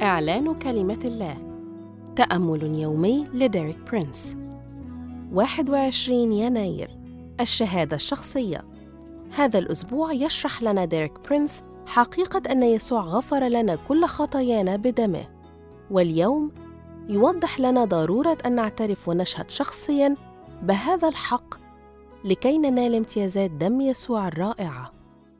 إعلان كلمة الله. تأمل يومي لديريك برينس. 21 يناير، الشهادة الشخصية. هذا الأسبوع يشرح لنا ديريك برينس حقيقة أن يسوع غفر لنا كل خطايانا بدمه، واليوم يوضح لنا ضرورة أن نعترف ونشهد شخصياً بهذا الحق لكي ننال امتيازات دم يسوع الرائعة.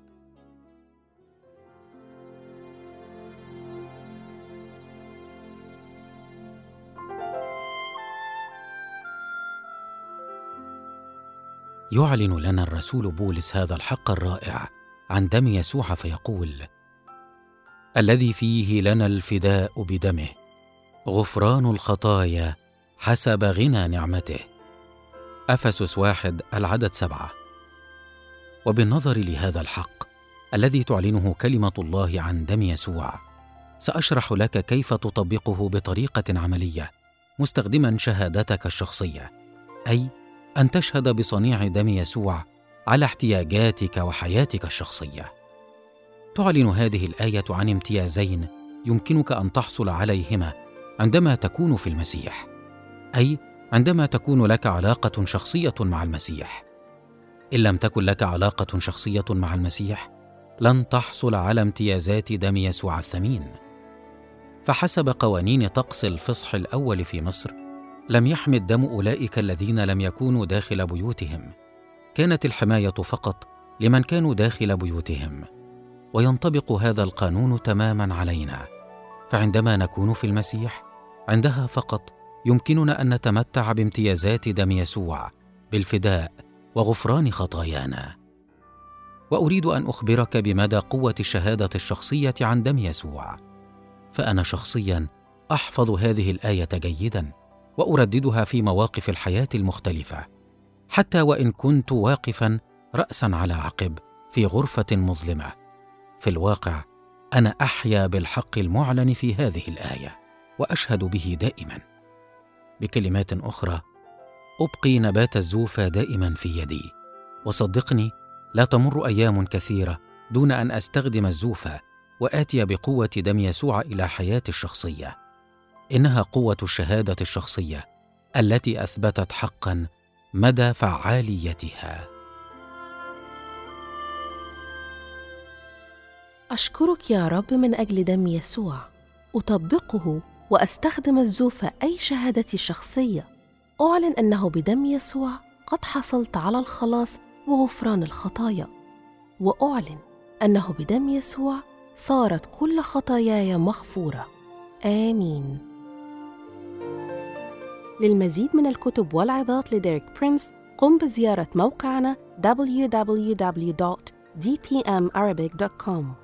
يعلن لنا الرسول بولس هذا الحق الرائع عن دم يسوع فيقول: الذي فيه لنا الفداء بدمه، غفران الخطايا حسب غنى نعمته. أفسس 1:7. وبالنظر لهذا الحق الذي تعلنه كلمة الله عن دم يسوع، سأشرح لك كيف تطبقه بطريقة عملية مستخدما شهادتك الشخصية، أي أن تشهد بصنيع دم يسوع على احتياجاتك وحياتك الشخصية. تعلن هذه الآية عن امتيازين يمكنك أن تحصل عليهما عندما تكون في المسيح، أي عندما تكون لك علاقة شخصية مع المسيح. إن لم تكن لك علاقة شخصية مع المسيح، لن تحصل على امتيازات دم يسوع الثمين. فحسب قوانين طقس الفصح الأول في مصر، لم يحمِ الدم أولئك الذين لم يكونوا داخل بيوتهم، كانت الحماية فقط لمن كانوا داخل بيوتهم، وينطبق هذا القانون تماماً علينا. فعندما نكون في المسيح، عندها فقط يمكننا أن نتمتع بامتيازات دم يسوع بالفداء وغفران خطايانا. وأريد أن أخبرك بمدى قوة الشهادة الشخصية عن دم يسوع. فأنا شخصياً أحفظ هذه الآية جيداً، وأرددها في مواقف الحياة المختلفة، حتى وإن كنت واقفاً رأساً على عقب في غرفة مظلمة. في الواقع أنا أحيا بالحق المعلن في هذه الآية، وأشهد به دائماً. بكلمات أخرى، أبقي نبات الزوفة دائماً في يدي، وصدقني لا تمر أيام كثيرة دون أن أستخدم الزوفة وآتي بقوة دم يسوع إلى حياتي الشخصية. إنها قوة الشهادة الشخصية التي أثبتت حقاً مدى فعاليتها. أشكرك يا رب من أجل دم يسوع، أطبقه وأستخدم الزوف أي شهادتي الشخصية. أعلن أنه بدم يسوع قد حصلت على الخلاص وغفران الخطايا، وأعلن أنه بدم يسوع صارت كل خطاياي مغفورة. آمين. للمزيد من الكتب والعظات لديريك برينس، قم بزيارة موقعنا www.dpmarabic.com.